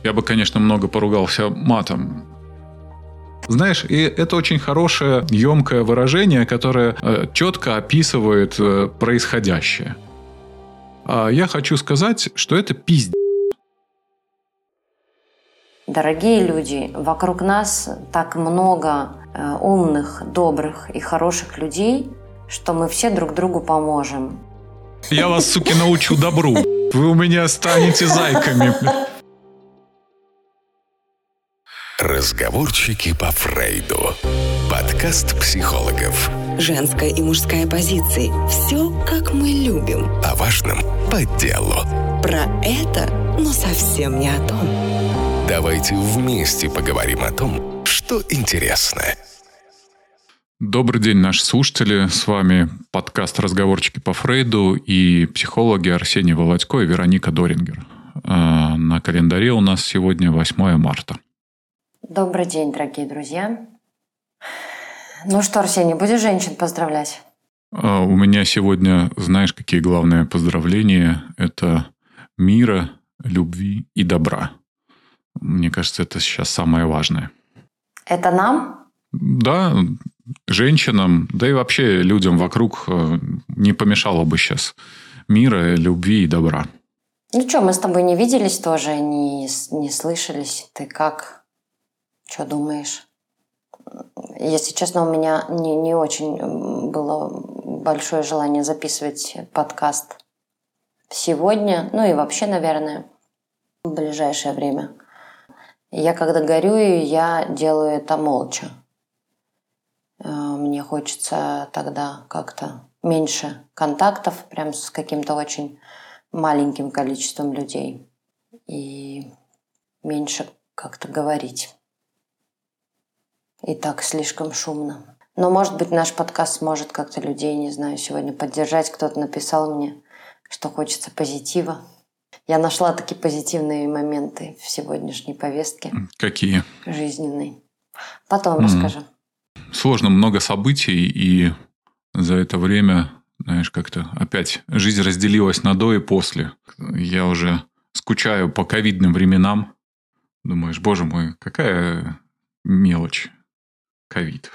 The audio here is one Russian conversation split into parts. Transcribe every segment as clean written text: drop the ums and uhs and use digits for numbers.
Я бы, конечно, много поругался матом. Знаешь, и это очень хорошее, емкое выражение, которое четко описывает происходящее. А я хочу сказать, что это пиздец. Дорогие люди, вокруг нас так много умных, добрых и хороших людей, что мы все друг другу поможем. Я вас, суки, научу добру. Вы у меня станете зайками. Разговорчики по Фрейду. Подкаст психологов. Женская и мужская позиции. Все, как мы любим. О важном по делу. Про это, но совсем не о том. Давайте вместе поговорим о том, что интересно. Добрый день, наши слушатели. С вами подкаст «Разговорчики по Фрейду» и психологи Арсений Володько и Вероника Дорингер. На календаре у нас сегодня 8 марта. Добрый день, дорогие друзья. Ну что, Арсений, будешь женщин поздравлять? У меня сегодня, знаешь, какие главные поздравления? Это мира, любви и добра. Мне кажется, это сейчас самое важное. Это нам? Да, женщинам, да и вообще людям вокруг не помешало бы сейчас мира, любви и добра. Ну что, мы с тобой не виделись тоже, не слышались. Ты как? Что думаешь? Если честно, у меня не очень было большое желание записывать подкаст сегодня, ну и вообще, наверное, в ближайшее время. Я когда горюю, я делаю это молча. Мне хочется тогда как-то меньше контактов, прям с каким-то очень маленьким количеством людей. И меньше как-то говорить. И так слишком шумно. Но, может быть, наш подкаст сможет как-то людей, не знаю, сегодня поддержать. Кто-то написал мне, что хочется позитива. Я нашла такие позитивные моменты в сегодняшней повестке. Какие? Жизненной. Потом расскажу. Сложно, много событий, и за это время, знаешь, как-то опять жизнь разделилась на до и после. Я уже скучаю по ковидным временам. Думаешь, боже мой, какая мелочь ковид.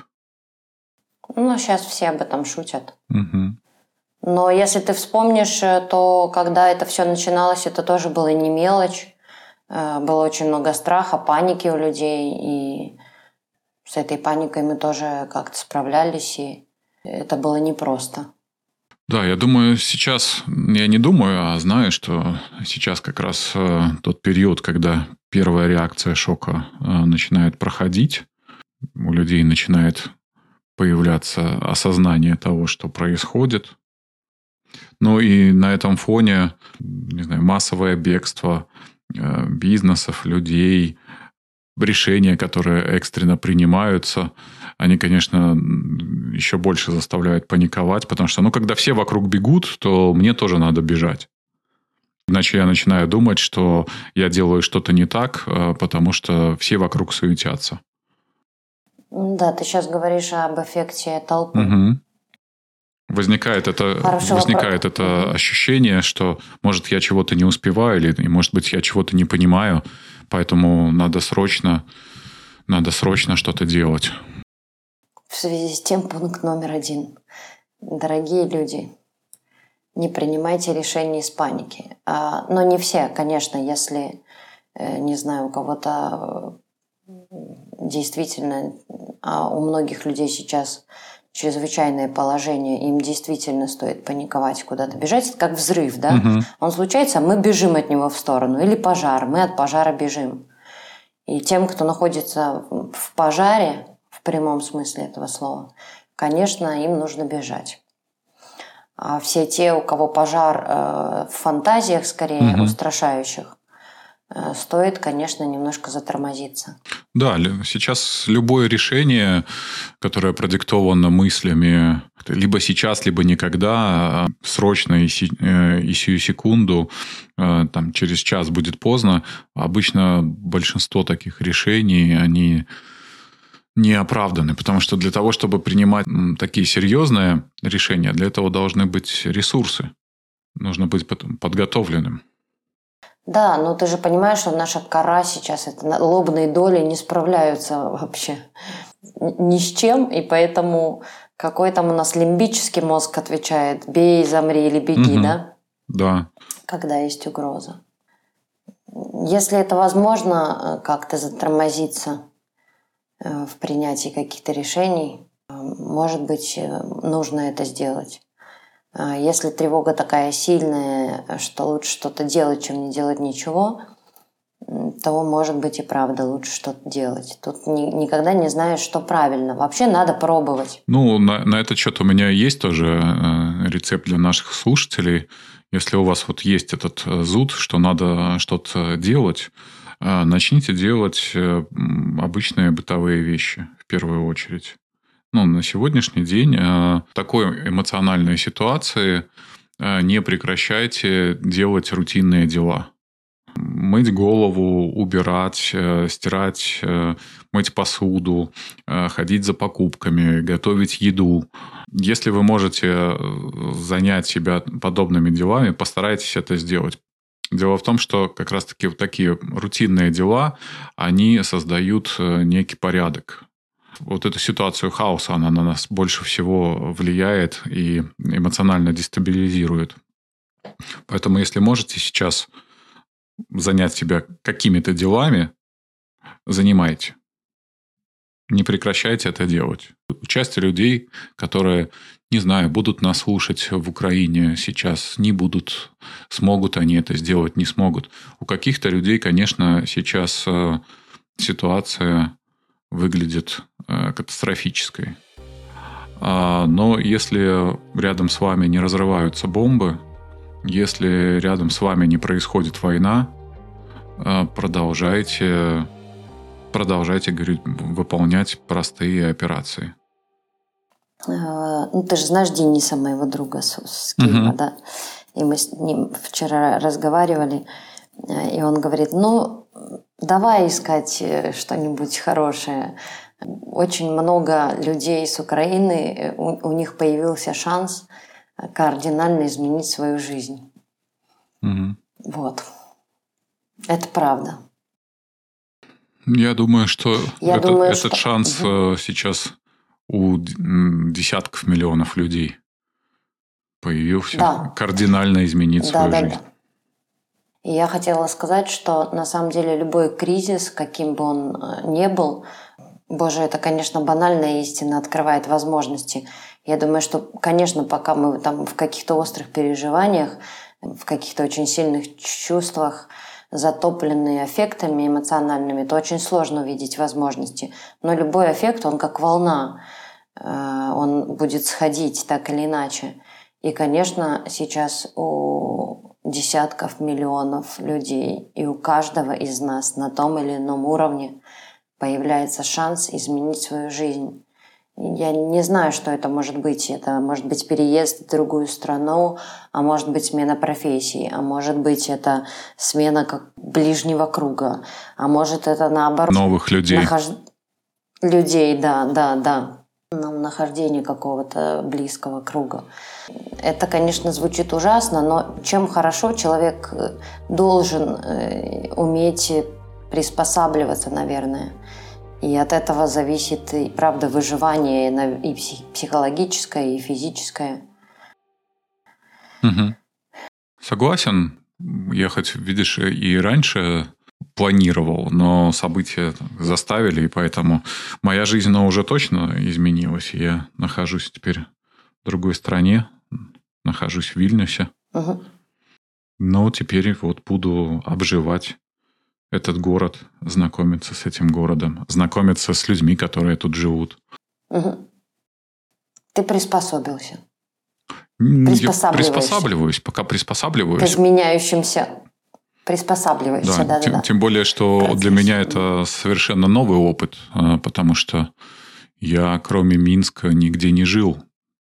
Ну, сейчас все об этом шутят. Угу. Но если ты вспомнишь, то когда это все начиналось, это тоже было не мелочь. Было очень много страха, паники у людей. И с этой паникой мы тоже как-то справлялись. И это было непросто. Да, я думаю, сейчас, я не думаю, а знаю, что сейчас как раз тот период, когда первая реакция шока начинает проходить, у людей начинает появляться осознание того, что происходит. Ну и на этом фоне, не знаю, массовое бегство бизнесов, людей, решения, которые экстренно принимаются, они, конечно, еще больше заставляют паниковать, потому что, когда все вокруг бегут, то мне тоже надо бежать. Иначе я начинаю думать, что я делаю что-то не так, потому что все вокруг суетятся. Да, ты сейчас говоришь об эффекте толпы. Угу. Возникает это ощущение, что, может, я чего-то не успеваю, или, может быть, я чего-то не понимаю, поэтому надо срочно что-то делать. В связи с тем, пункт номер 1. Дорогие люди, не принимайте решения из паники. Но не все, конечно, если, не знаю, у кого-то действительно, у многих людей сейчас чрезвычайное положение, им действительно стоит паниковать, куда-то бежать. Это как взрыв, да? Угу. Он случается, мы бежим от него в сторону. Или пожар, мы от пожара бежим. И тем, кто находится в пожаре, в прямом смысле этого слова, конечно, им нужно бежать. А все те, у кого пожар в фантазиях, скорее, устрашающих, стоит, конечно, немножко затормозиться. Да, сейчас любое решение, которое продиктовано мыслями либо сейчас, либо никогда, срочно и сию секунду, там, через час будет поздно. Обычно большинство таких решений, они не оправданы, потому что для того, чтобы принимать такие серьезные решения, для этого должны быть ресурсы. Нужно быть подготовленным. Да, но ты же понимаешь, что наша кора сейчас, это лобные доли не справляются вообще ни с чем, и поэтому какой там у нас лимбический мозг отвечает: бей, замри или беги, да? Да. Когда есть угроза. Если это возможно, как-то затормозиться в принятии каких-то решений, может быть, нужно это сделать. Если тревога такая сильная, что лучше что-то делать, чем не делать ничего, то, может быть, и правда лучше что-то делать. Тут никогда не знаешь, что правильно. Вообще надо пробовать. Ну, на этот счет у меня есть тоже рецепт для наших слушателей. Если у вас вот есть этот зуд, что надо что-то делать, начните делать обычные бытовые вещи в первую очередь. Ну, на сегодняшний день в такой эмоциональной ситуации не прекращайте делать рутинные дела. Мыть голову, убирать, стирать, мыть посуду, ходить за покупками, готовить еду. Если вы можете занять себя подобными делами, постарайтесь это сделать. Дело в том, что как раз-таки вот такие рутинные дела, они создают некий порядок. Вот эту ситуацию хаоса, она на нас больше всего влияет и эмоционально дестабилизирует. Поэтому, если можете сейчас занять себя какими-то делами, занимайте. Не прекращайте это делать. Часть людей, которые, не знаю, будут нас слушать в Украине сейчас, не будут, смогут они это сделать, не смогут. У каких-то людей, конечно, сейчас ситуация выглядит катастрофической. Но если рядом с вами не разрываются бомбы, если рядом с вами не происходит война, продолжайте говорю, выполнять простые операции. Ну, ты же знаешь Дениса, моего друга с Киева, да? И мы с ним вчера разговаривали, и он говорит: ну, давай искать что-нибудь хорошее. Очень много людей с Украины, у них появился шанс кардинально изменить свою жизнь. Вот. Это правда. Я думаю, что этот шанс сейчас у десятков миллионов людей появился. Кардинально изменить свою жизнь. Да. И я хотела сказать, что на самом деле любой кризис, каким бы он ни был, Боже, это, конечно, банальная истина, открывает возможности. Я думаю, что, конечно, пока мы там в каких-то острых переживаниях, в каких-то очень сильных чувствах, затопленные аффектами эмоциональными, то очень сложно увидеть возможности. Но любой аффект, он как волна, он будет сходить так или иначе. И, конечно, сейчас у десятков миллионов людей и у каждого из нас на том или ином уровне появляется шанс изменить свою жизнь. Я не знаю, что это может быть. Это может быть переезд в другую страну, а может быть смена профессии, а может быть это смена ближнего круга, а может это наоборот... Новых людей. Людей, да. Нахождение какого-то близкого круга. Это, конечно, звучит ужасно, но чем хорошо человек должен уметь приспосабливаться, наверное. И от этого зависит и, правда, выживание и психологическое, и физическое. Согласен. Я хоть, видишь, и раньше планировал, но события заставили, и поэтому моя жизнь уже точно изменилась. Я нахожусь теперь в другой стране, нахожусь в Вильнюсе. Но теперь вот буду обживать этот город, знакомиться с этим городом, знакомиться с людьми, которые тут живут. Ты приспособился? Приспосабливаюсь, пока приспосабливаюсь. К изменяющимся приспосабливаешься, да. Тем более, что для меня это совершенно новый опыт, потому что я, кроме Минска, нигде не жил.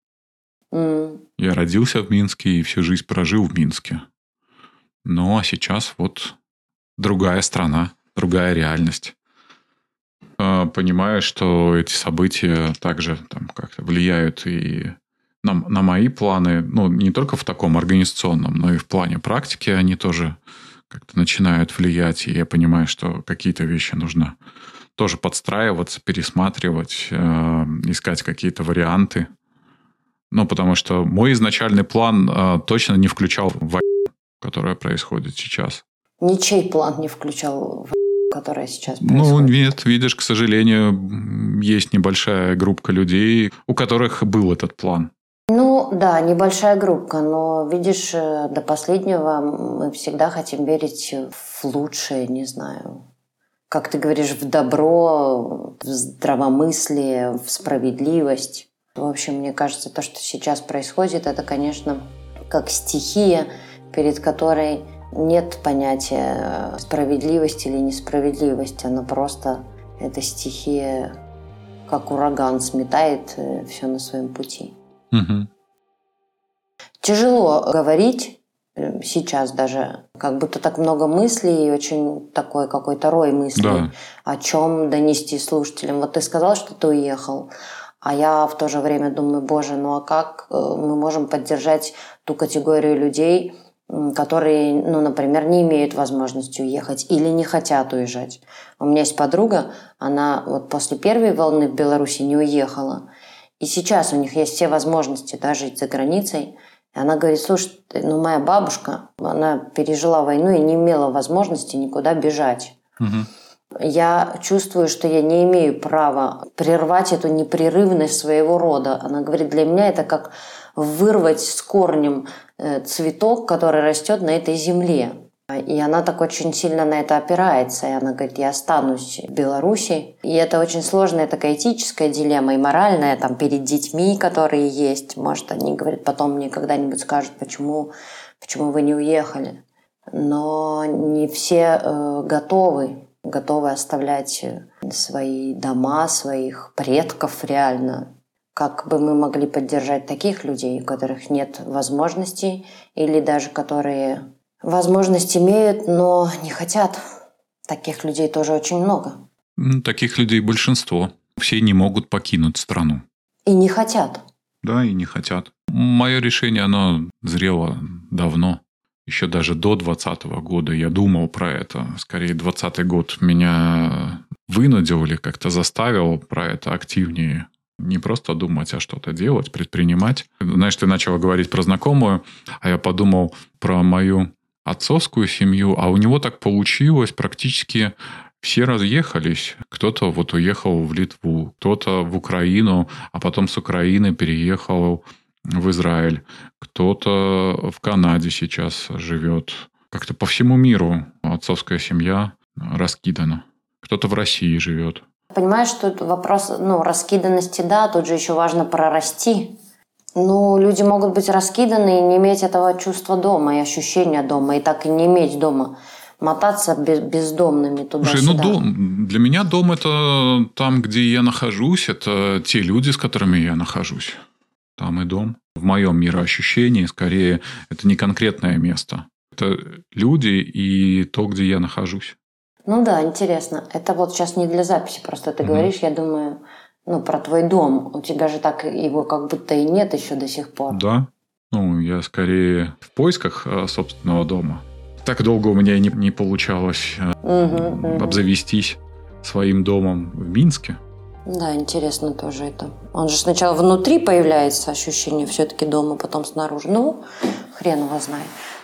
Я родился в Минске и всю жизнь прожил в Минске. Ну, а сейчас вот другая страна, другая реальность. Понимаю, что эти события также там как-то влияют и на мои планы, ну, не только в таком организационном, но и в плане практики они тоже как-то начинают влиять, и я понимаю, что какие-то вещи нужно тоже подстраиваться, пересматривать, искать какие-то варианты. Ну, потому что мой изначальный план точно не включал войну, которая происходит сейчас. Ничей план не включал в которая сейчас Ну, происходит. нет, видишь, к сожалению, есть небольшая группа людей, у которых был этот план. Ну, да, небольшая группа, но, видишь, до последнего мы всегда хотим верить в лучшее, не знаю. Как ты говоришь, в добро, в здравомыслие, в справедливость. В общем, мне кажется, то, что сейчас происходит, это, конечно, как стихия, перед которой нет понятия справедливости или несправедливости. Она просто, эта стихия, как ураган, сметает все на своем пути. Угу. Тяжело говорить сейчас даже, как будто так много мыслей и очень такой какой-то рой мыслей, Да. о чем донести слушателям. Вот ты сказал, что ты уехал, а я в то же время думаю, боже, ну а как мы можем поддержать ту категорию людей, которые, ну, например, не имеют возможности уехать или не хотят уезжать. У меня есть подруга, она вот после первой волны в Беларуси не уехала, и сейчас у них есть все возможности, да, жить за границей. И она говорит, слушай, ну моя бабушка, она пережила войну и не имела возможности никуда бежать. Угу. Я чувствую, что я не имею права прервать эту непрерывность своего рода. Она говорит, для меня это как вырвать с корнем цветок, который растет на этой земле. И она так очень сильно на это опирается. И она говорит, я останусь в Беларуси. И это очень сложная такая этическая дилемма и моральная там, перед детьми, которые есть. Может, они, говорят, потом мне когда-нибудь скажут, почему вы не уехали. Но не все готовы оставлять свои дома, своих предков реально. Как бы мы могли поддержать таких людей, у которых нет возможностей или даже которые возможность имеют, но не хотят. Таких людей тоже очень много. Таких людей большинство. Все не могут покинуть страну. И не хотят. Да, и не хотят. Мое решение, оно зрело давно. Еще даже до 2020 года я думал про это. Скорее, 2020 год меня вынудил или как-то заставил про это активнее. Не просто думать, а что-то делать, предпринимать. Знаешь, ты начала говорить про знакомую, а я подумал про мою отцовскую семью, а у него так получилось, практически все разъехались. Кто-то вот уехал в Литву, кто-то в Украину, а потом с Украины переехал в Израиль. Кто-то в Канаде сейчас живет. Как-то по всему миру отцовская семья раскидана. Кто-то в России живет. Понимаешь, тут вопрос раскиданности, да, тут же еще важно прорасти. Ну, люди могут быть раскиданы и не иметь этого чувства дома и ощущения дома, и так и не иметь дома. Мотаться бездомными туда-сюда. Слушай, для меня дом – это там, где я нахожусь, это те люди, с которыми я нахожусь. Там и дом. В моем мироощущении, скорее, это не конкретное место. Это люди и то, где я нахожусь. Ну да, интересно. Это вот сейчас не для записи, просто ты говоришь, я думаю, про твой дом. У тебя же так его как будто и нет еще до сих пор. Да. Я скорее в поисках собственного дома. Так долго у меня не получалось обзавестись своим домом в Минске. Да, интересно тоже это. Он же сначала внутри появляется ощущение все-таки дома, потом снаружи. Хрен его знает.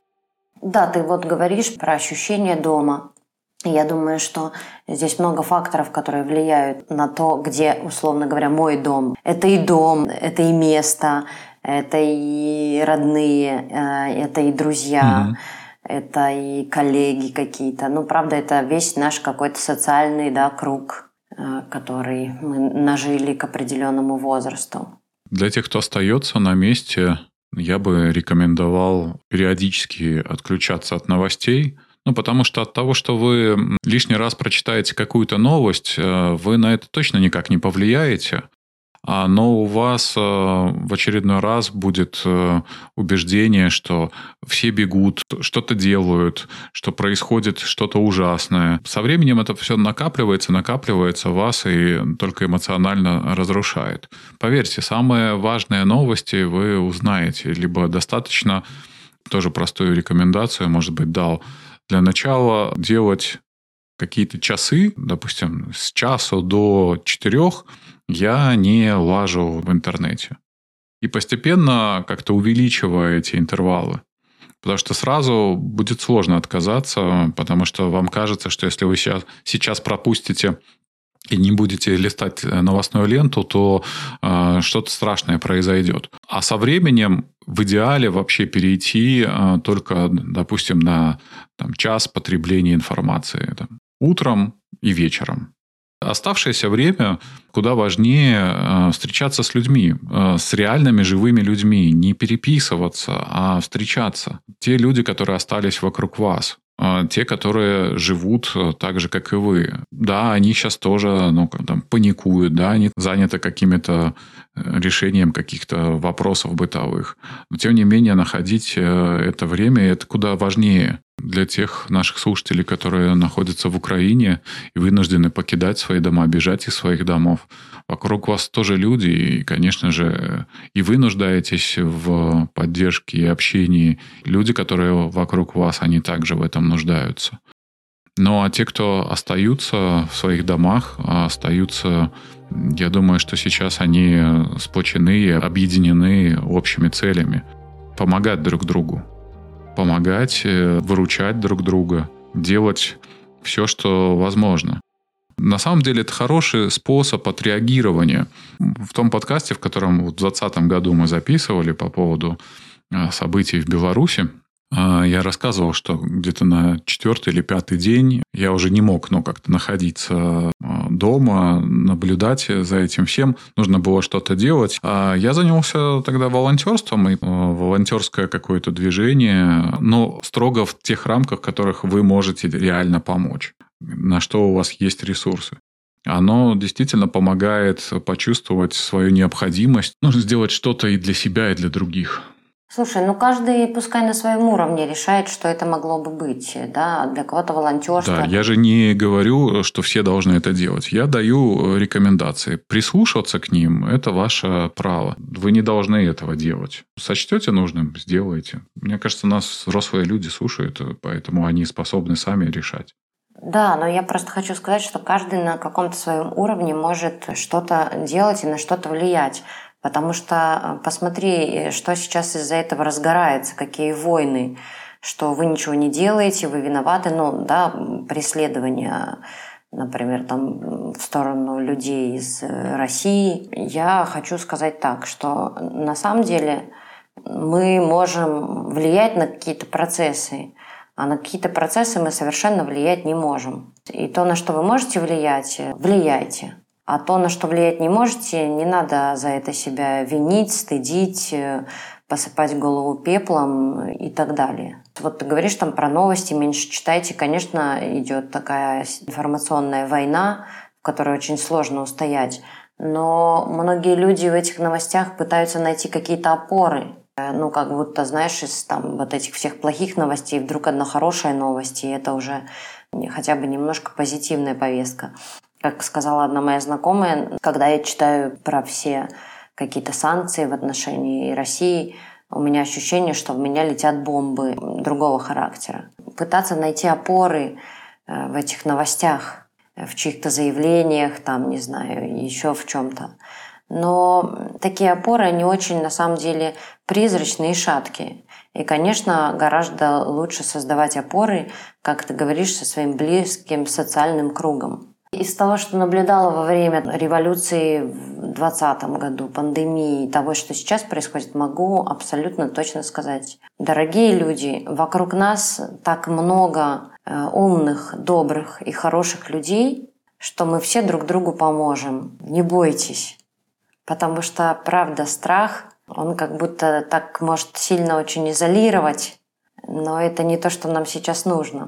Да, ты вот говоришь про ощущение дома. Я думаю, что здесь много факторов, которые влияют на то, где, условно говоря, мой дом. Это и дом, это и место, это и родные, это и друзья, это и коллеги какие-то. Правда, это весь наш какой-то социальный, круг, который мы нажили к определенному возрасту. Для тех, кто остается на месте, я бы рекомендовал периодически отключаться от новостей. Потому что от того, что вы лишний раз прочитаете какую-то новость, вы на это точно никак не повлияете. Но у вас в очередной раз будет убеждение, что все бегут, что-то делают, что происходит что-то ужасное. Со временем это все накапливается в вас и только эмоционально разрушает. Поверьте, самые важные новости вы узнаете. Либо достаточно, тоже простую рекомендацию, может быть, дал, Для начала делать какие-то часы, допустим, с часу до 4 я не лажу в интернете. И постепенно как-то увеличиваю эти интервалы. Потому что сразу будет сложно отказаться, потому что вам кажется, что если вы сейчас пропустите и не будете листать новостную ленту, то что-то страшное произойдет. А со временем в идеале вообще перейти только, допустим, на час потребления информации утром и вечером. Оставшееся время куда важнее встречаться с людьми, с реальными живыми людьми, не переписываться, а встречаться. Те люди, которые остались вокруг вас, те, которые живут так же, как и вы. Да, они сейчас тоже паникуют, да, они заняты какими-то решением каких-то вопросов бытовых. Но, тем не менее, находить это время, это куда важнее для тех наших слушателей, которые находятся в Украине и вынуждены покидать свои дома, бежать из своих домов. Вокруг вас тоже люди, и, конечно же, и вы нуждаетесь в поддержке и общении. Люди, которые вокруг вас, они также в этом нуждаются. Ну, а те, кто остаются в своих домах, остаются, я думаю, что сейчас они сплочены и объединены общими целями. Помогать друг другу. Помогать, выручать друг друга, делать все, что возможно. На самом деле это хороший способ отреагирования. В том подкасте, в котором в 2020 году мы записывали по поводу событий в Беларуси, я рассказывал, что где-то на 4-й или 5-й день я уже не мог как-то находиться дома, наблюдать за этим всем. Нужно было что-то делать. Я занялся тогда волонтерством, и волонтерское какое-то движение, но строго в тех рамках, в которых вы можете реально помочь, на что у вас есть ресурсы. Оно действительно помогает почувствовать свою необходимость. Нужно сделать что-то и для себя, и для других. Слушай, каждый пускай на своем уровне решает, что это могло бы быть, да, для кого-то волонтерство. Да, я же не говорю, что все должны это делать. Я даю рекомендации. Прислушиваться к ним – это ваше право. Вы не должны этого делать. Сочтете нужным – сделайте. Мне кажется, нас взрослые люди слушают, поэтому они способны сами решать. Да, но я просто хочу сказать, что каждый на каком-то своем уровне может что-то делать и на что-то влиять. Потому что посмотри, что сейчас из-за этого разгорается, какие войны, что вы ничего не делаете, вы виноваты, преследования, например, в сторону людей из России. Я хочу сказать так, что на самом деле мы можем влиять на какие-то процессы, а на какие-то процессы мы совершенно влиять не можем. И то, на что вы можете влиять, влияйте. А то, на что влиять не можете, не надо за это себя винить, стыдить, посыпать голову пеплом и так далее. Вот ты говоришь про новости, меньше читайте. Конечно, идет такая информационная война, в которой очень сложно устоять. Но многие люди в этих новостях пытаются найти какие-то опоры. Как будто, знаешь, из этих всех плохих новостей вдруг одна хорошая новость, и это уже хотя бы немножко позитивная повестка. Как сказала одна моя знакомая, когда я читаю про все какие-то санкции в отношении России, у меня ощущение, что в меня летят бомбы другого характера. Пытаться найти опоры в этих новостях, в чьих-то заявлениях, еще в чем-то. Но такие опоры, они очень, на самом деле, призрачные и шаткие. И, конечно, гораздо лучше создавать опоры, как ты говоришь, со своим близким социальным кругом. Из того, что наблюдала во время революции в 2020 году, пандемии, того, что сейчас происходит, могу абсолютно точно сказать. Дорогие люди, вокруг нас так много умных, добрых и хороших людей, что мы все друг другу поможем. Не бойтесь. Потому что, правда, страх, он как будто так может сильно очень изолировать, но это не то, что нам сейчас нужно.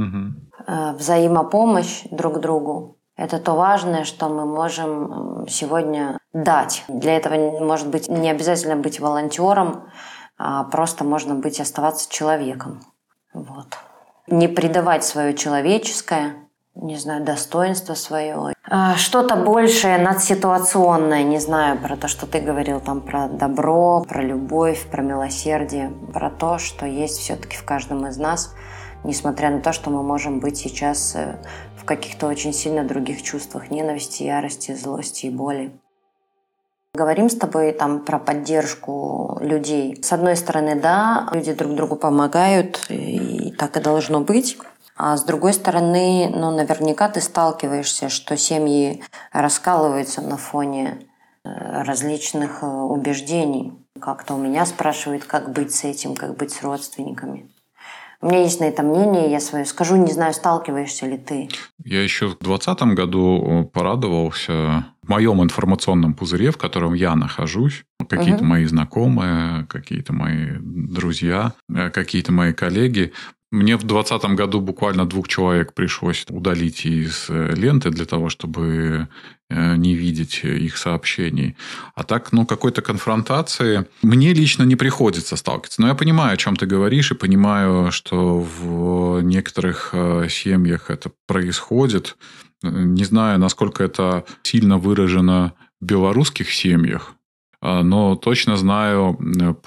Взаимопомощь друг другу – это то важное, что мы можем сегодня дать. Для этого, может быть, не обязательно быть волонтером, а просто можно оставаться человеком. Вот. Не предавать свое человеческое, достоинство свое. Что-то большее, надситуационное, не знаю, про то, что ты говорил, про добро, про любовь, про милосердие, про то, что есть все-таки в каждом из нас. несмотря на то, что мы можем быть сейчас в каких-то очень сильно других чувствах: ненависти, ярости, злости и боли. Говорим с тобой там про поддержку людей. С одной стороны, да, люди друг другу помогают, и так и должно быть. А с другой стороны, наверняка ты сталкиваешься, что семьи раскалываются на фоне различных убеждений. Как-то у меня спрашивают, как быть с этим, как быть с родственниками. У меня есть на это мнение, я свое скажу, не знаю, сталкиваешься ли ты. Я еще в 2020 году порадовался в моем информационном пузыре, в котором я нахожусь. Какие-то мои знакомые, какие-то мои друзья, какие-то мои коллеги. Мне в 2020 году буквально 2 человек пришлось удалить из ленты для того, чтобы не видеть их сообщений. А так, какой-то конфронтации мне лично не приходится сталкиваться. Но я понимаю, о чем ты говоришь, и понимаю, что в некоторых семьях это происходит. Не знаю, насколько это сильно выражено в белорусских семьях, но точно знаю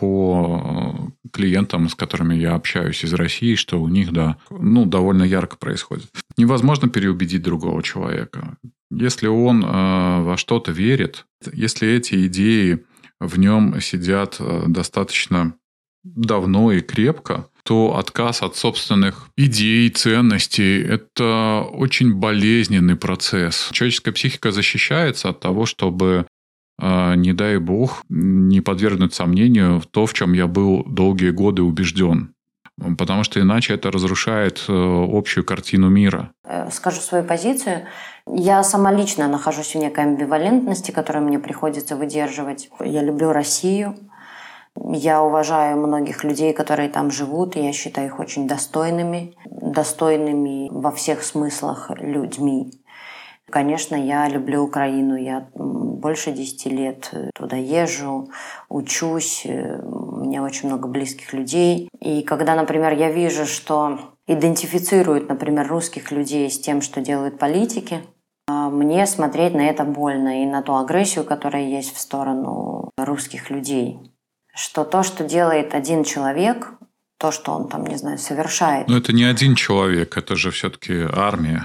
по клиентам, с которыми я общаюсь из России, что у них, довольно ярко происходит. Невозможно переубедить другого человека. Если он во что-то верит, если эти идеи в нем сидят достаточно давно и крепко, то отказ от собственных идей, ценностей – это очень болезненный процесс. Человеческая психика защищается от того, чтобы, не дай бог, не подвергнуть сомнению то, в чем я был долгие годы убежден. Потому что иначе это разрушает общую картину мира. Скажу свою позицию. Я сама лично нахожусь в некой амбивалентности, которую мне приходится выдерживать. Я люблю Россию. Я уважаю многих людей, которые там живут, и я считаю их очень достойными во всех смыслах людьми. Конечно, я люблю Украину. Я больше 10 лет туда езжу, учусь. У меня очень много близких людей. И когда, например, я вижу, что идентифицируют, например, русских людей с тем, что делают политики, мне смотреть на это больно и на ту агрессию, которая есть в сторону русских людей. Что то, что делает один человек, то, что он совершает. Но это не один человек, это же все-таки армия.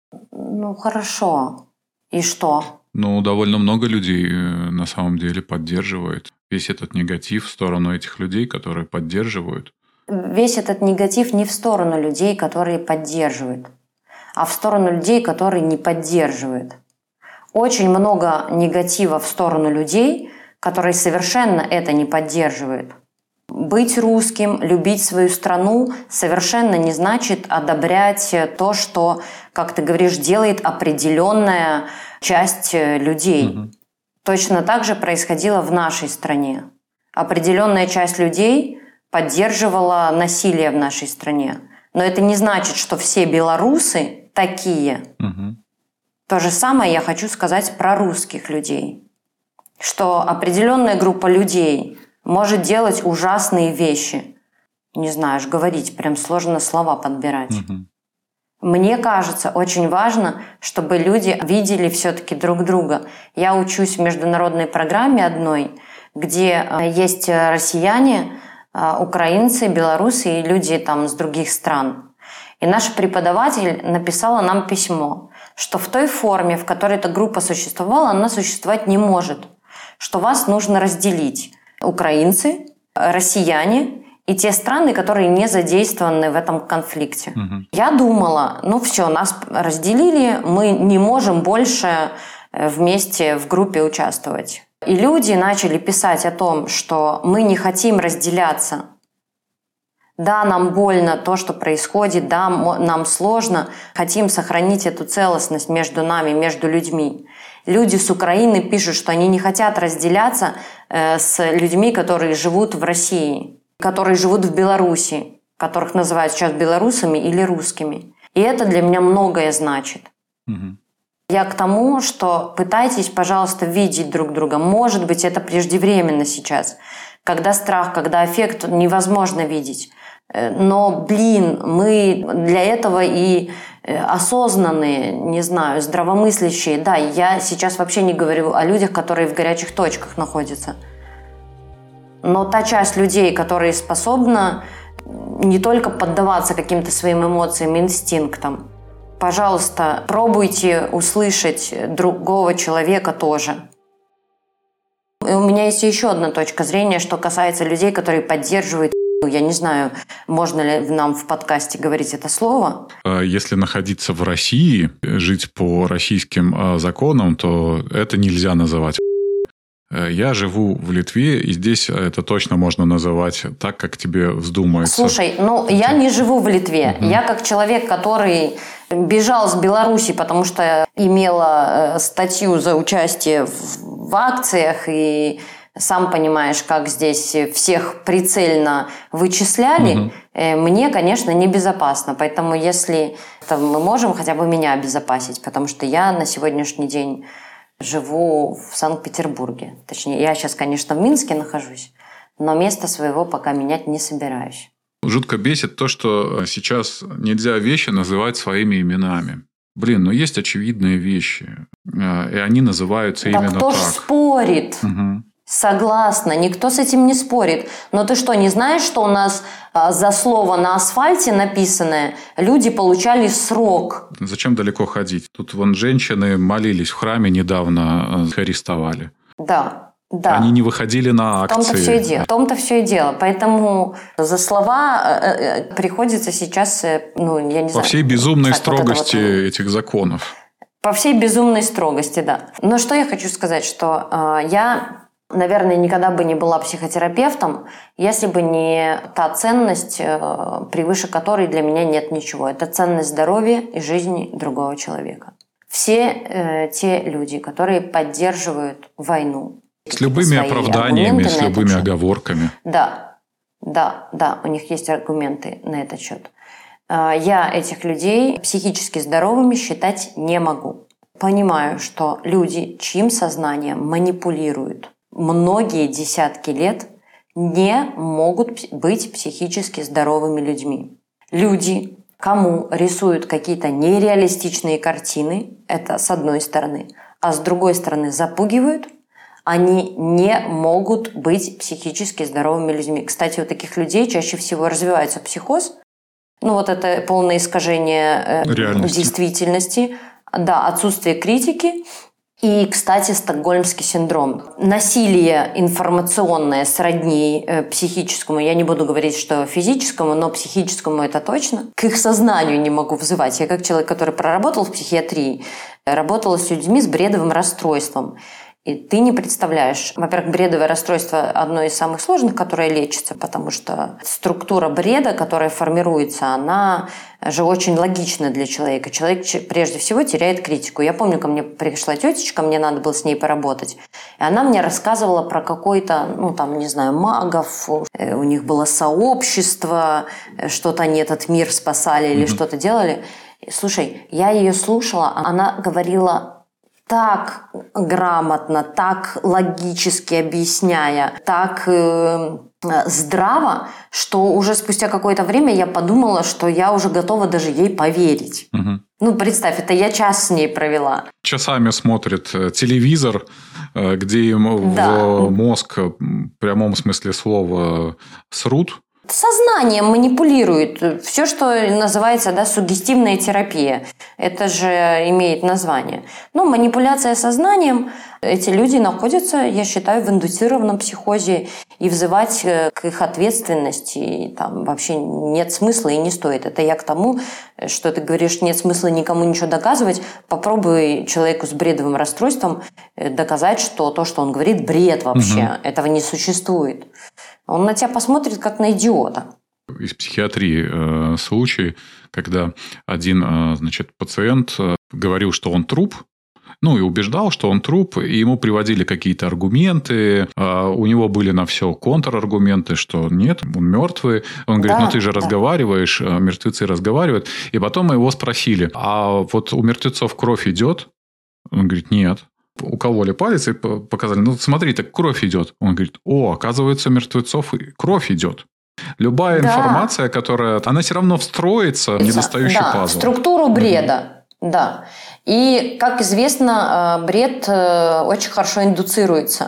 Хорошо. И что? Довольно много людей на самом деле поддерживает весь этот негатив в сторону этих людей, которые поддерживают. Весь этот негатив не в сторону людей, которые поддерживают, а в сторону людей, которые не поддерживают. Очень много негатива в сторону людей, которые совершенно это не поддерживают. Быть русским, любить свою страну совершенно не значит одобрять то, что, как ты говоришь, делает определенная часть людей. Угу. Точно так же происходило в нашей стране. Определенная часть людей поддерживала насилие в нашей стране. Но это не значит, что все белорусы такие. Угу. То же самое я хочу сказать про русских людей. Что определенная группа людей может делать ужасные вещи. Не знаю, говорить, прям сложно слова подбирать. Угу. Мне кажется, очень важно, чтобы люди видели все-таки друг друга. Я учусь в международной программе одной, где есть россияне, украинцы, белорусы и люди с других стран. И наш преподаватель написала нам письмо, что в той форме, в которой эта группа существовала, она существовать не может. Что вас нужно разделить. Украинцы, россияне и те страны, которые не задействованы в этом конфликте. Угу. Я думала, все, нас разделили, мы не можем больше вместе в группе участвовать. И люди начали писать о том, что мы не хотим разделяться. Да, нам больно то, что происходит, да, нам сложно, хотим сохранить эту целостность между нами, между людьми. Люди с Украины пишут, что они не хотят разделяться с людьми, которые живут в России, которые живут в Беларуси, которых называют сейчас белорусами или русскими. И это для меня многое значит. Угу. Я к тому, что пытайтесь, пожалуйста, видеть друг друга. Может быть, это преждевременно сейчас, когда страх, когда аффект невозможно видеть. Но, мы для этого и осознанные, не знаю, здравомыслящие. Да, я сейчас вообще не говорю о людях, которые в горячих точках находятся. Но та часть людей, которые способна не только поддаваться каким-то своим эмоциям, инстинктам. Пожалуйста, пробуйте услышать другого человека тоже. И у меня есть еще одна точка зрения, что касается людей, которые поддерживают. Я не знаю, можно ли нам в подкасте говорить это слово. Если находиться в России, жить по российским законам, то это нельзя называть. Я живу в Литве, и здесь это точно можно называть так, как тебе вздумается. Слушай, я не живу в Литве. Я как человек, который бежал с Беларуси, потому что имела статью за участие в акциях, и сам понимаешь, как здесь всех прицельно вычисляли, мне, конечно, небезопасно. Поэтому если мы можем хотя бы меня обезопасить, потому что я на сегодняшний день живу в Санкт-Петербурге. Точнее, я сейчас, конечно, в Минске нахожусь, но место своего пока менять не собираюсь. Жутко бесит то, что сейчас нельзя вещи называть своими именами. Есть очевидные вещи, и они называются именно так. Да кто ж спорит? Согласна, никто с этим не спорит. Но ты что, не знаешь, что у нас за слово на асфальте написанное люди получали срок? Зачем далеко ходить? Тут женщины молились в храме недавно, их арестовали. Да. Они не выходили на акции. В том-то все и дело. Поэтому за слова приходится сейчас, я не знаю. По всей безумной строгости этих законов. По всей безумной строгости, да. Но что я хочу сказать, что я... Наверное, никогда бы не была психотерапевтом, если бы не та ценность, превыше которой для меня нет ничего. Это ценность здоровья и жизни другого человека. Все те люди, которые поддерживают войну. С любыми оправданиями, с любыми оговорками. Да, у них есть аргументы на этот счет. Я этих людей психически здоровыми считать не могу. Понимаю, что люди, чьим сознанием манипулируют многие десятки лет, не могут быть психически здоровыми людьми. Люди, кому рисуют какие-то нереалистичные картины, это с одной стороны, а с другой стороны запугивают, они не могут быть психически здоровыми людьми. Кстати, у таких людей чаще всего развивается психоз. Это полное искажение действительности, отсутствие критики. И, кстати, стокгольмский синдром. Насилие информационное сродни психическому. Я не буду говорить, что физическому, но психическому это точно. К их сознанию не могу взывать. Я как человек, который проработал в психиатрии, работала с людьми с бредовым расстройством. И ты не представляешь. Во-первых, бредовое расстройство – одно из самых сложных, которое лечится, потому что структура бреда, которая формируется, она же очень логична для человека. Человек прежде всего теряет критику. Я помню, ко мне пришла тетечка, мне надо было с ней поработать, и она мне рассказывала про какой-то, магов, у них было сообщество, что-то они этот мир спасали или что-то делали. Слушай, я ее слушала, она говорила так грамотно, так логически объясняя, так здраво, что уже спустя какое-то время я подумала, что я уже готова даже ей поверить. Представь, это я час с ней провела. Часами смотрит телевизор, где им в мозг в прямом смысле слова срут. Сознанием манипулирует. Все, что называется суггестивная терапия, это же имеет название. Манипуляция сознанием, эти люди находятся, я считаю, в индуцированном психозе, и взывать к их ответственности там вообще нет смысла и не стоит. Это я к тому, что ты говоришь, нет смысла никому ничего доказывать. Попробуй человеку с бредовым расстройством доказать, что то, что он говорит, бред вообще. Этого не существует. Он на тебя посмотрит, как на идиота. Из психиатрии случай, когда один, пациент говорил, что он труп, и убеждал, что он труп, и ему приводили какие-то аргументы, у него были на все контраргументы, что нет, он мертвый. Он говорит, ты же разговариваешь, мертвецы разговаривают. И потом мы его спросили, а вот у мертвецов кровь идет? Он говорит, нет. Укололи палец и показали, смотри, так кровь идет. Он говорит, оказывается, у мертвецов кровь идет. Любая информация, она все равно встроится в недостающий пазл. В структуру бреда. И, как известно, бред очень хорошо индуцируется.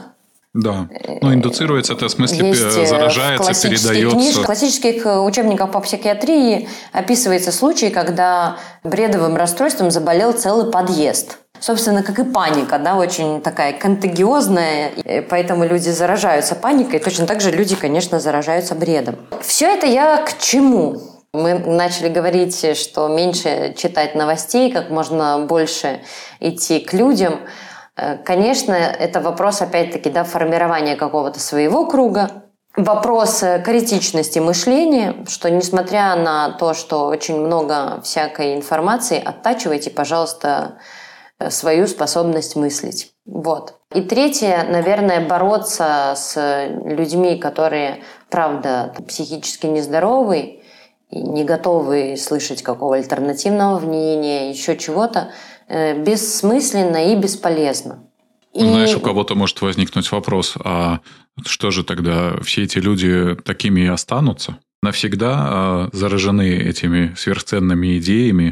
Да. Ну, индуцируется это в смысле заражается, передается. В классических учебниках по психиатрии описывается случай, когда бредовым расстройством заболел целый подъезд. Собственно, как и паника, да, очень такая контагиозная, поэтому люди заражаются паникой, точно так же люди, конечно, заражаются бредом. Все это я к чему? Мы начали говорить, что меньше читать новостей, как можно больше идти к людям. Конечно, это вопрос, опять-таки, да, формирования какого-то своего круга. Вопрос критичности мышления, что несмотря на то, что очень много всякой информации, оттачивайте, пожалуйста, свою способность мыслить. Вот. И третье, наверное, бороться с людьми, которые, правда, психически нездоровы и не готовы слышать какого альтернативного мнения, еще чего-то, бессмысленно и бесполезно. Знаешь, у кого-то может возникнуть вопрос, а что же тогда все эти люди такими и останутся? Навсегда заражены этими сверхценными идеями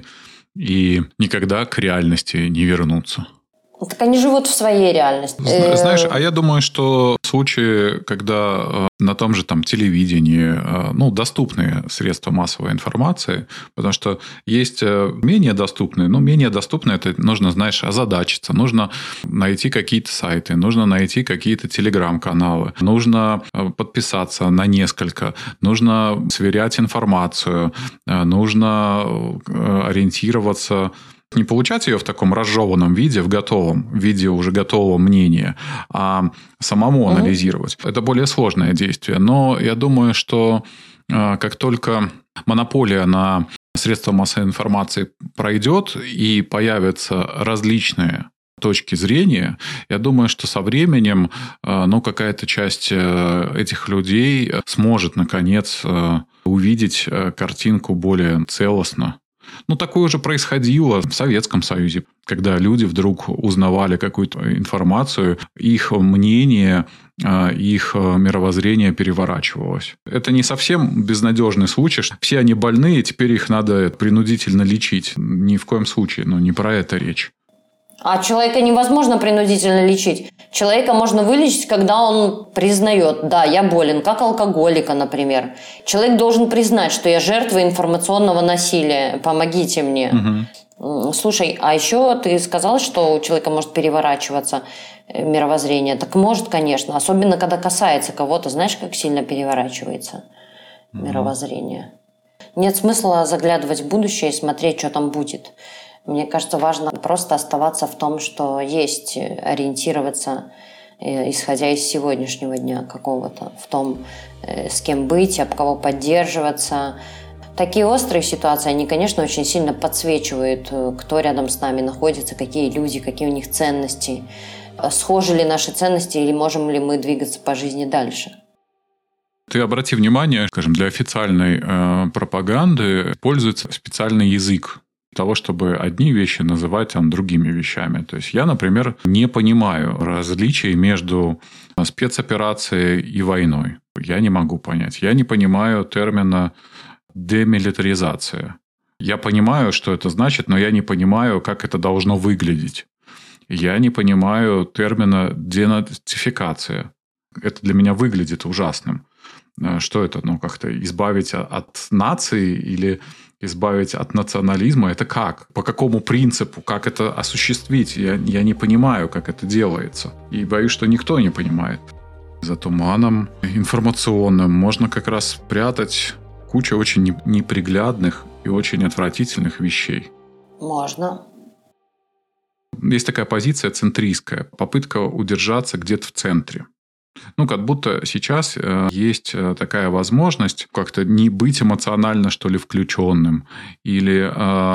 и никогда к реальности не вернутся. Так они живут в своей реальности. Знаешь, а я думаю, что в случае, когда на том же там телевидении, доступные средства массовой информации, потому что есть менее доступные, менее доступные это нужно, знаешь, озадачиться, нужно найти какие-то сайты, нужно найти какие-то телеграм-каналы, нужно подписаться на несколько, нужно сверять информацию, нужно ориентироваться. Не получать ее в таком разжеванном виде, в готовом виде уже готового мнения, а самому анализировать. Это более сложное действие. Но я думаю, что как только монополия на средства массовой информации пройдет и появятся различные точки зрения, я думаю, что со временем какая-то часть этих людей сможет, наконец, увидеть картинку более целостно. Такое уже происходило в Советском Союзе, когда люди вдруг узнавали какую-то информацию, их мнение, их мировоззрение переворачивалось. Это не совсем безнадежный случай. Все они больные, теперь их надо принудительно лечить. Ни в коем случае, не про это речь. А человека невозможно принудительно лечить. Человека можно вылечить, когда он признает, да, я болен, как алкоголика, например. Человек должен признать, что я жертва информационного насилия, помогите мне. Угу. Слушай, а еще ты сказал, что у человека может переворачиваться мировоззрение. Так может, конечно, особенно когда касается кого-то. Знаешь, как сильно переворачивается мировоззрение? Нет смысла заглядывать в будущее и смотреть, что там будет. Мне кажется, важно просто оставаться в том, что есть, ориентироваться, исходя из сегодняшнего дня какого-то, в том, с кем быть, об кого поддерживаться. Такие острые ситуации, они, конечно, очень сильно подсвечивают, кто рядом с нами находится, какие люди, какие у них ценности, схожи ли наши ценности или можем ли мы двигаться по жизни дальше. Ты обрати внимание, скажем, для официальной пропаганды используется специальный язык. Того, чтобы одни вещи называть другими вещами. То есть я, например, не понимаю различий между спецоперацией и войной. Я не могу понять. Я не понимаю термина демилитаризация. Я понимаю, что это значит, но я не понимаю, как это должно выглядеть. Я не понимаю термина денацификация. Это для меня выглядит ужасным. Что это? Как-то избавить от нации или избавить от национализма? Это как? По какому принципу? Как это осуществить? Я не понимаю, как это делается. И боюсь, что никто не понимает. За туманом информационным можно как раз спрятать кучу очень неприглядных и очень отвратительных вещей. Можно. Есть такая позиция центристская. Попытка удержаться где-то в центре. Как будто сейчас есть такая возможность как-то не быть эмоционально, что ли, включенным или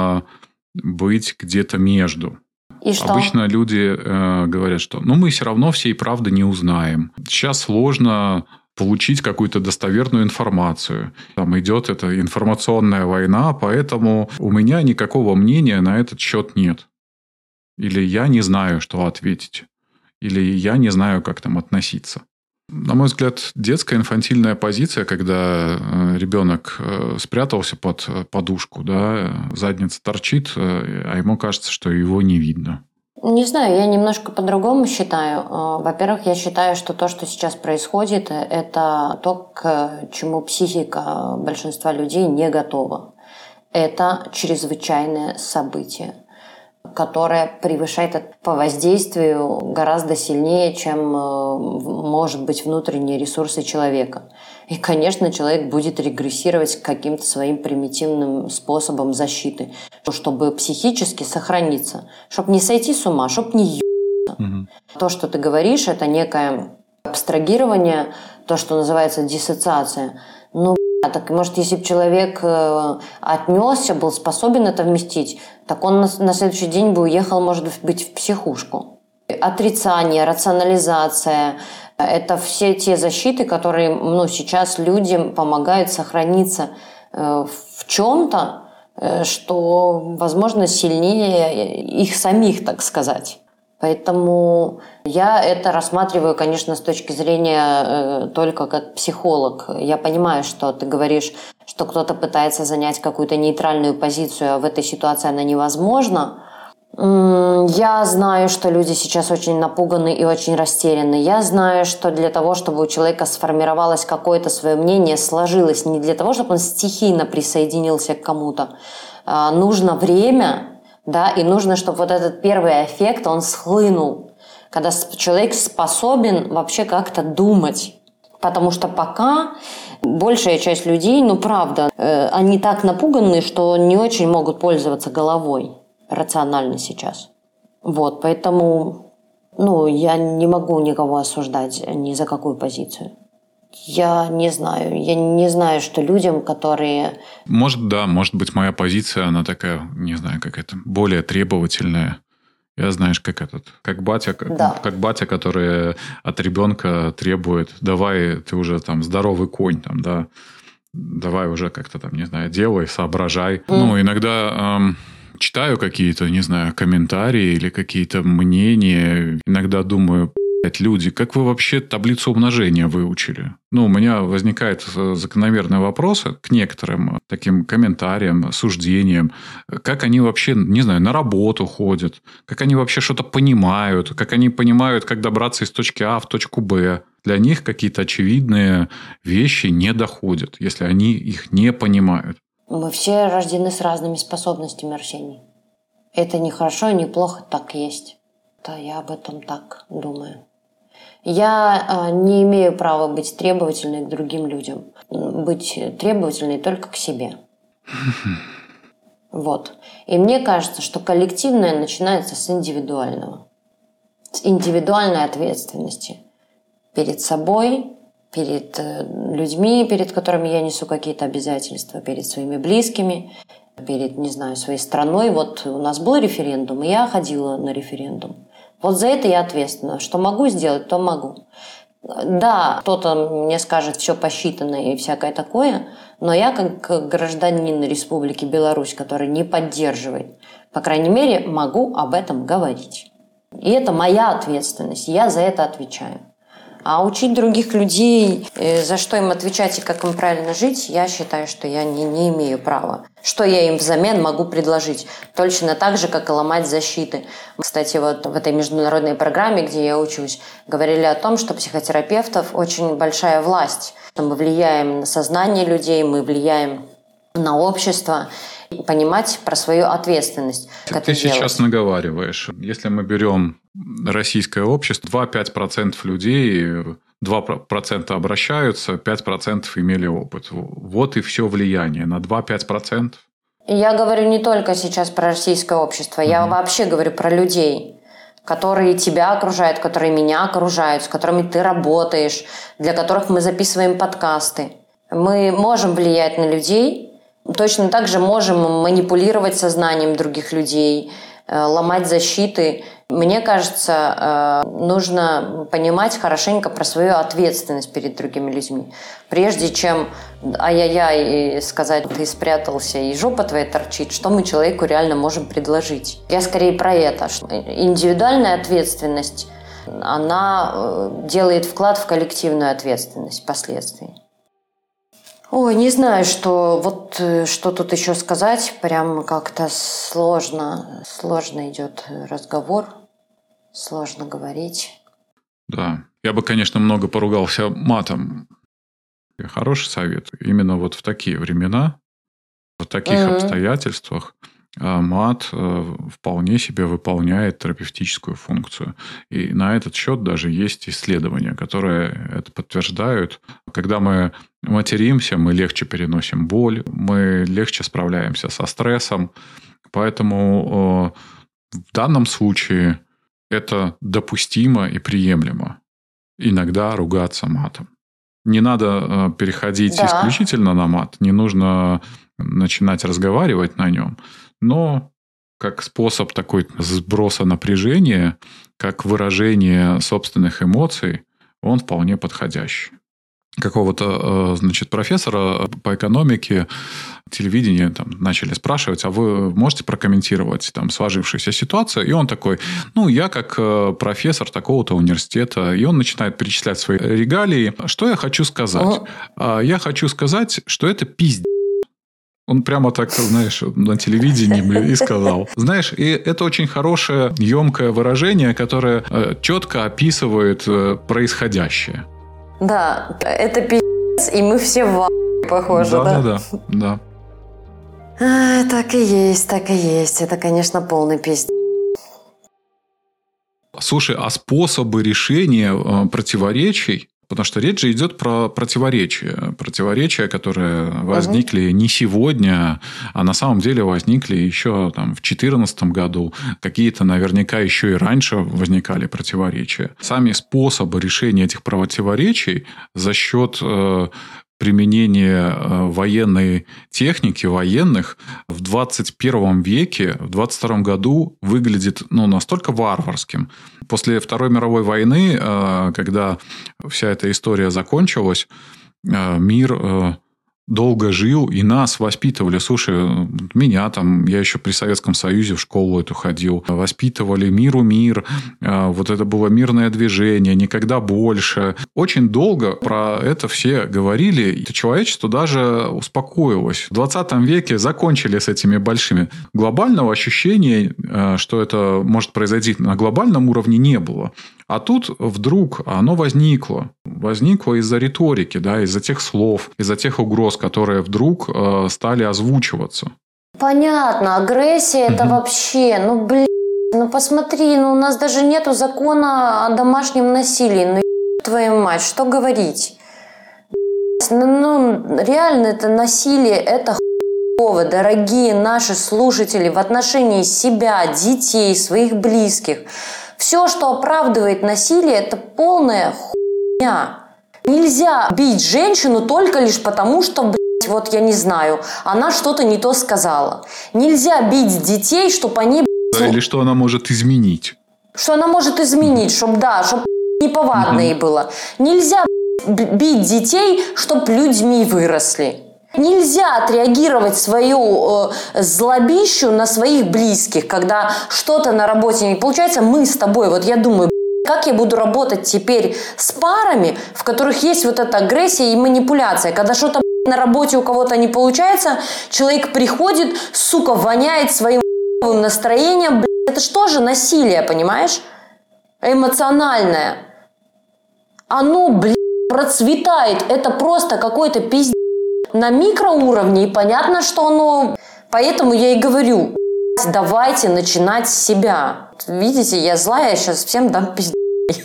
быть где-то между. И что? Обычно люди говорят, что мы все равно всей правды не узнаем. Сейчас сложно получить какую-то достоверную информацию. Там идет эта информационная война, поэтому у меня никакого мнения на этот счет нет. Или я не знаю, что ответить. Или я не знаю, как там относиться. На мой взгляд, детская инфантильная позиция, когда ребенок спрятался под подушку, да, задница торчит, а ему кажется, что его не видно. Не знаю, я немножко по-другому считаю. Во-первых, я считаю, что то, что сейчас происходит, это то, к чему психика большинства людей не готова. Это чрезвычайное событие, которое превышает по воздействию гораздо сильнее, чем, может быть, внутренние ресурсы человека. И, конечно, человек будет регрессировать к каким-то своим примитивным способам защиты, чтобы психически сохраниться, чтобы не сойти с ума, чтобы не ебаться. То, что ты говоришь, это некое абстрагирование, то, что называется диссоциация. Так, может, если бы человек отнесся, был способен это вместить, так он на следующий день бы уехал, может быть, в психушку. Отрицание, рационализация – это все те защиты, которые сейчас людям помогают сохраниться в чем-то, что, возможно, сильнее их самих, так сказать. Поэтому я это рассматриваю, конечно, с точки зрения только как психолог. Я понимаю, что ты говоришь, что кто-то пытается занять какую-то нейтральную позицию, а в этой ситуации она невозможна. Я знаю, что люди сейчас очень напуганы и очень растеряны. Я знаю, что для того, чтобы у человека сформировалось какое-то свое мнение, сложилось не для того, чтобы он стихийно присоединился к кому-то, нужно время. Да, и нужно, чтобы вот этот первый эффект, он схлынул, когда человек способен вообще как-то думать. Потому что пока большая часть людей, правда, они так напуганы, что не очень могут пользоваться головой рационально сейчас. Поэтому, я не могу никого осуждать ни за какую позицию. Я не знаю, что людям, которые... Может быть, моя позиция, она такая, не знаю, какая-то более требовательная. Я, знаешь, как батя, который от ребенка требует: давай, ты уже там здоровый конь, там, да, давай уже как-то там, не знаю, делай, соображай. Иногда читаю какие-то, не знаю, комментарии или какие-то мнения, иногда думаю: люди, как вы вообще таблицу умножения выучили? У меня возникают закономерные вопросы к некоторым таким комментариям, суждениям. Как они вообще, не знаю, на работу ходят? Как они вообще что-то понимают? Как они понимают, как добраться из точки А в точку Б? Для них какие-то очевидные вещи не доходят, если они их не понимают. Мы все рождены с разными способностями, Арсений. Это не хорошо и не плохо, так есть. Да, я об этом так думаю. Я не имею права быть требовательной к другим людям. Быть требовательной только к себе. И мне кажется, что коллективное начинается с индивидуального. С индивидуальной ответственности. Перед собой, перед людьми, перед которыми я несу какие-то обязательства, перед своими близкими, перед, не знаю, своей страной. У нас был референдум, и я ходила на референдум. За это я ответственна. Что могу сделать, то могу. Да, кто-то мне скажет, все посчитано и всякое такое, но я, как гражданин Республики Беларусь, который не поддерживает, по крайней мере, могу об этом говорить. И это моя ответственность, я за это отвечаю. А учить других людей, за что им отвечать и как им правильно жить, я считаю, что я не имею права. Что я им взамен могу предложить? Точно так же, как и ломать защиты. Кстати, в этой международной программе, где я учусь, говорили о том, что психотерапевтов очень большая власть. Мы влияем на сознание людей, мы влияем на общество. Понимать про свою ответственность. Ты сейчас наговариваешь. Если мы берем российское общество, 2-5% людей, 2% обращаются, 5% имели опыт. Вот и все влияние на 2-5%. Я говорю не только сейчас про российское общество, я вообще говорю про людей, которые тебя окружают, которые меня окружают, с которыми ты работаешь, для которых мы записываем подкасты. Мы можем влиять на людей. Точно так же можем манипулировать сознанием других людей, ломать защиты. Мне кажется, нужно понимать хорошенько про свою ответственность перед другими людьми. Прежде чем ай-яй-яй сказать: ты спрятался и жопа твоя торчит, что мы человеку реально можем предложить. Я скорее про это. Индивидуальная ответственность, она делает вклад в коллективную ответственность впоследствии. Ой, не знаю, что тут еще сказать. Прям как-то сложно идет разговор. сложно говорить. Да. Я бы, конечно, много поругался матом. Хороший совет. Именно вот в такие времена, в таких обстоятельствах мат вполне себе выполняет терапевтическую функцию. И на этот счет даже есть исследования, которые это подтверждают. Когда мы материмся, мы легче переносим боль, мы легче справляемся со стрессом. Поэтому в данном случае это допустимо и приемлемо. Иногда ругаться матом. Не надо переходить исключительно на мат, не нужно начинать разговаривать на нем, но как способ такой сброса напряжения, как выражение собственных эмоций, он вполне подходящий. Какого-то, профессора по экономике телевидения там начали спрашивать, а вы можете прокомментировать там сложившуюся ситуацию? И он такой, я как профессор такого-то университета, и он начинает перечислять свои регалии. Что я хочу сказать? Я хочу сказать, что это пиздец. Он прямо так, знаешь, на телевидении и сказал. Знаешь, и это очень хорошее, емкое выражение, которое четко описывает происходящее. Да, это пиздец, и мы все в похожи, да? Да. Так и есть. Это, конечно, полный пиздец. Слушай, а способы решения противоречий, потому что речь же идет про противоречия, которые возникли не сегодня, а на самом деле возникли еще там, в 2014 году. Какие-то наверняка еще и раньше возникали противоречия. Сами способы решения этих противоречий за счет применения военной техники, военных в 21 веке, в 22 году выглядит настолько варварским. После Второй мировой войны, когда вся эта история закончилась, мир долго жил, и нас воспитывали. Слушай, меня там, я еще при Советском Союзе в школу эту ходил, воспитывали миру мир, вот это было мирное движение, никогда больше. Очень долго про это все говорили, и человечество даже успокоилось. В 20 веке закончили с этими большими. Глобального ощущения, что это может произойти на глобальном уровне, не было. А тут вдруг оно возникло. Возникло из-за риторики, из-за тех слов, из-за тех угроз, которые вдруг стали озвучиваться. Понятно. Агрессия это вообще, посмотри, у нас даже нету закона о домашнем насилии. Твою мать, что говорить? Реально это насилие, это хуёво, дорогие наши слушатели, в отношении себя, детей, своих близких. Все, что оправдывает насилие, это полная хуйня. Нельзя бить женщину только лишь потому, что, я не знаю, она что-то не то сказала. Нельзя бить детей, чтобы они... Или что она может изменить. Что она может изменить, чтобы неповадно ей было. Нельзя бить детей, чтобы людьми выросли. Нельзя отреагировать свою злобищу на своих близких, когда что-то на работе не получается. Мы с тобой, я думаю, как я буду работать теперь с парами, в которых есть вот эта агрессия и манипуляция. Когда что-то на работе у кого-то не получается, человек приходит, сука, воняет своим настроением. Это что же насилие, понимаешь? Эмоциональное. Оно, процветает. Это просто какой-то пиздец на микроуровне, и понятно, что оно... Поэтому я и говорю, давайте начинать с себя. Видите, я злая, я сейчас всем дам пиздец.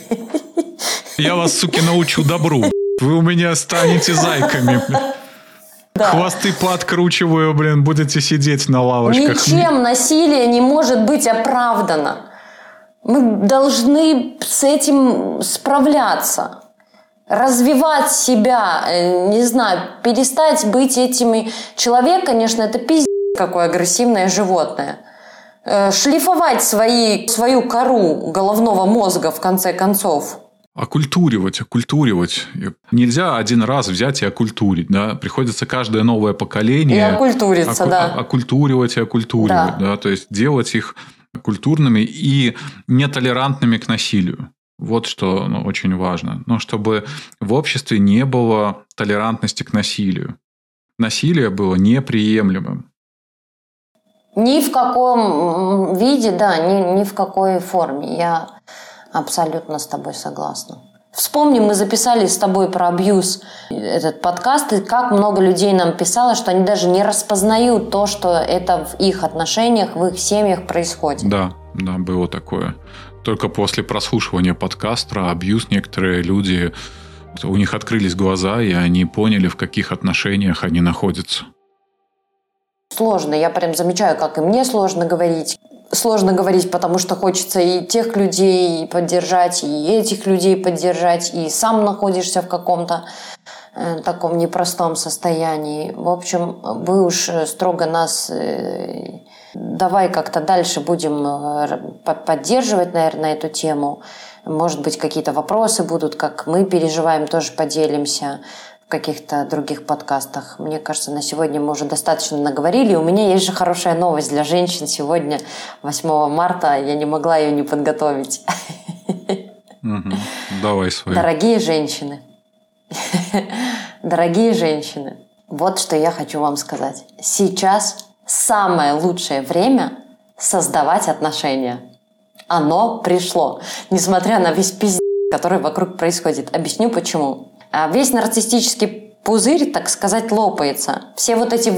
Я вас, суки, научу добру. Вы у меня станете зайками. Да. Хвосты пооткручиваю, будете сидеть на лавочках. Ничем насилие не может быть оправдано. Мы должны с этим справляться. Развивать себя, не знаю, перестать быть этими... Человек, конечно, это пиздец какое агрессивное животное. Шлифовать свою кору головного мозга, в конце концов. Оккультуривать. Нельзя один раз взять и оккультурить. Да? Приходится каждое новое поколение... И оккультуриться, оккультуривать. Да. То есть делать их культурными и нетолерантными к насилию. Вот что очень важно. Но чтобы в обществе не было толерантности к насилию. Насилие было неприемлемым. Ни в каком виде, да, ни в какой форме. Я абсолютно с тобой согласна. Вспомни, мы записали с тобой про абьюз этот подкаст, и как много людей нам писало, что они даже не распознают то, что это в их отношениях, в их семьях происходит. Да, было такое. Только после прослушивания подкаста про абьюз некоторые люди, у них открылись глаза, и они поняли, в каких отношениях они находятся. Сложно. Я прям замечаю, как и мне сложно говорить. Сложно говорить, потому что хочется и тех людей поддержать, и этих людей поддержать, и сам находишься в каком-то таком непростом состоянии. В общем, вы уж строго нас... Давай как-то дальше будем поддерживать, наверное, эту тему. Может быть, какие-то вопросы будут, как мы переживаем, тоже поделимся в каких-то других подкастах. Мне кажется, на сегодня мы уже достаточно наговорили. У меня есть же хорошая новость для женщин. Сегодня, 8 марта, я не могла ее не подготовить. Давай свою. Дорогие женщины, дорогие женщины, вот что я хочу вам сказать. Сейчас самое лучшее время создавать отношения. Оно пришло, несмотря на весь пиздец, который вокруг происходит. Объясню почему. Весь нарциссический пузырь, так сказать, лопается. Все вот эти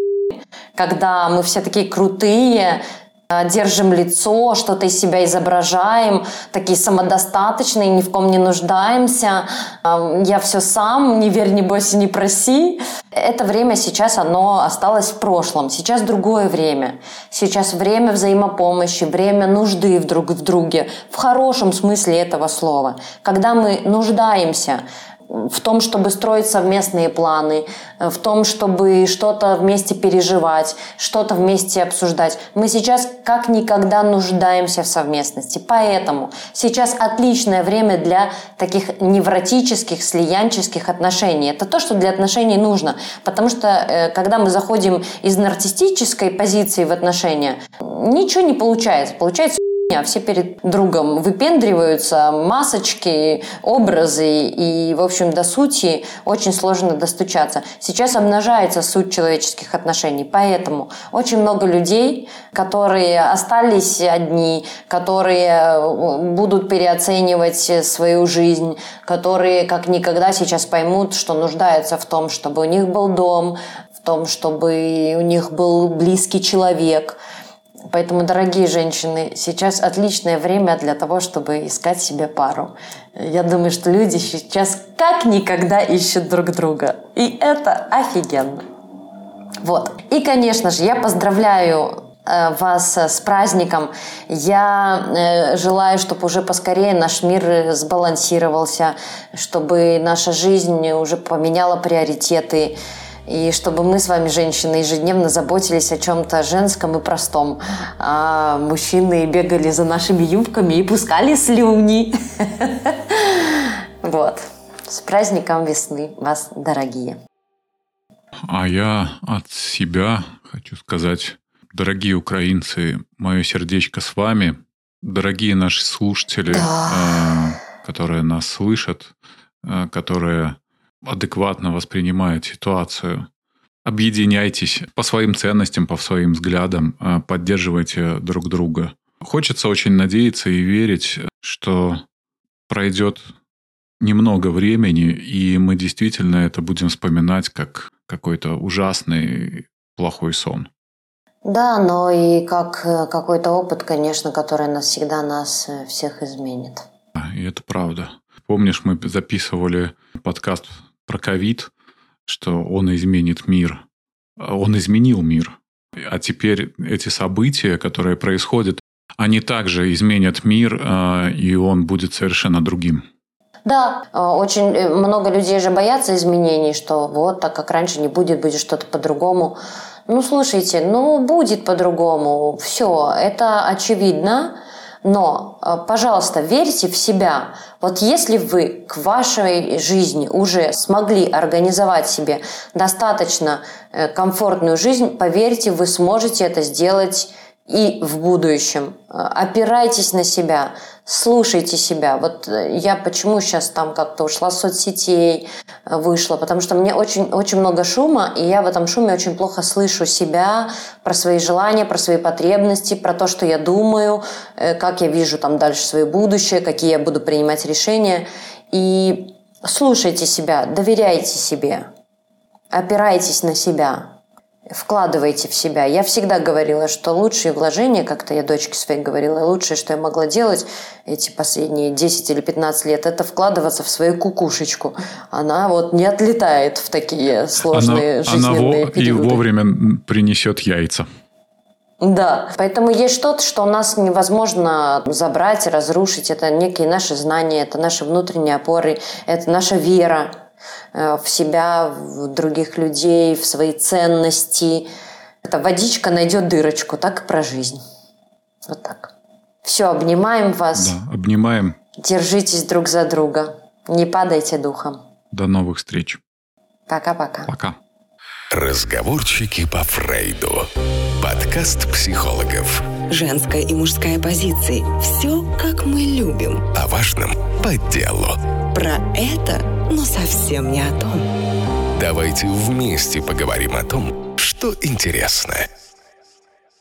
когда мы все такие крутые, держим лицо, что-то из себя изображаем, такие самодостаточные, ни в ком не нуждаемся. Я все сам, не верь, не бойся, не проси. Это время сейчас, оно осталось в прошлом. Сейчас другое время. Сейчас время взаимопомощи, время нужды друг в друге. В хорошем смысле этого слова. Когда мы нуждаемся в том, чтобы строить совместные планы, в том, чтобы что-то вместе переживать, что-то вместе обсуждать. Мы сейчас как никогда нуждаемся в совместности. Поэтому сейчас отличное время для таких невротических, слиянческих отношений. Это то, что для отношений нужно. Потому что, когда мы заходим из нарциссической позиции в отношения, ничего не получается. Получается все перед другом выпендриваются, масочки, образы, и, в общем, до сути очень сложно достучаться. Сейчас обнажается суть человеческих отношений, поэтому очень много людей, которые остались одни, которые будут переоценивать свою жизнь, которые как никогда сейчас поймут, что нуждаются в том, чтобы у них был дом, в том, чтобы у них был близкий человек. Поэтому, дорогие женщины, сейчас отличное время для того, чтобы искать себе пару. Я думаю, что люди сейчас как никогда ищут друг друга. И это офигенно. Вот. И, конечно же, я поздравляю вас с праздником. Я желаю, чтобы уже поскорее наш мир сбалансировался, чтобы наша жизнь уже поменяла приоритеты, и чтобы мы с вами, женщины, ежедневно заботились о чем-то женском и простом. А мужчины бегали за нашими юбками и пускали слюни. Вот. С праздником весны вас, дорогие. А я от себя хочу сказать, дорогие украинцы, мое сердечко с вами. Дорогие наши слушатели, которые нас слышат, которые адекватно воспринимают ситуацию. Объединяйтесь по своим ценностям, по своим взглядам, поддерживайте друг друга. Хочется очень надеяться и верить, что пройдет немного времени, и мы действительно это будем вспоминать как какой-то ужасный, плохой сон. Да, но и как какой-то опыт, конечно, который всегда нас всех изменит. И это правда. Помнишь, мы записывали подкаст про ковид, что он изменит мир. Он изменил мир. А теперь эти события, которые происходят, они также изменят мир, и он будет совершенно другим. Да, очень много людей же боятся изменений, что вот так как раньше не будет, будет что-то по-другому. Ну, слушайте, будет по-другому. Все, это очевидно. Но, пожалуйста, верьте в себя. Вот если вы к вашей жизни уже смогли организовать себе достаточно комфортную жизнь, поверьте, вы сможете это сделать и в будущем. Опирайтесь на себя, слушайте себя. Вот я почему сейчас там как-то ушла с соцсетей, вышла, потому что мне очень много шума, и я в этом шуме очень плохо слышу себя, про свои желания, про свои потребности, про то, что я думаю, как я вижу там дальше свое будущее, какие я буду принимать решения. И слушайте себя, доверяйте себе, опирайтесь на себя. Вкладывайте в себя. Я всегда говорила, что лучшие вложения, как-то я дочке своей говорила, лучшее, что я могла делать эти последние 10 или 15 лет, это вкладываться в свою кукушечку. Она вот не отлетает в такие сложные жизненные периоды. И вовремя принесет яйца. Да, поэтому есть что-то, что у нас невозможно забрать, разрушить. Это некие наши знания, это наши внутренние опоры, это наша вера в себя, в других людей, в свои ценности. Эта водичка найдет дырочку, так и про жизнь. Вот так. Все, обнимаем вас. Да, обнимаем. Держитесь друг за друга. Не падайте духом. До новых встреч. Пока-пока. Пока. Разговорчики по Фрейду. Подкаст психологов. Женская и мужская позиции. Все, как мы любим. О важном по делу. Про это, но совсем не о том. Давайте вместе поговорим о том, что интересно.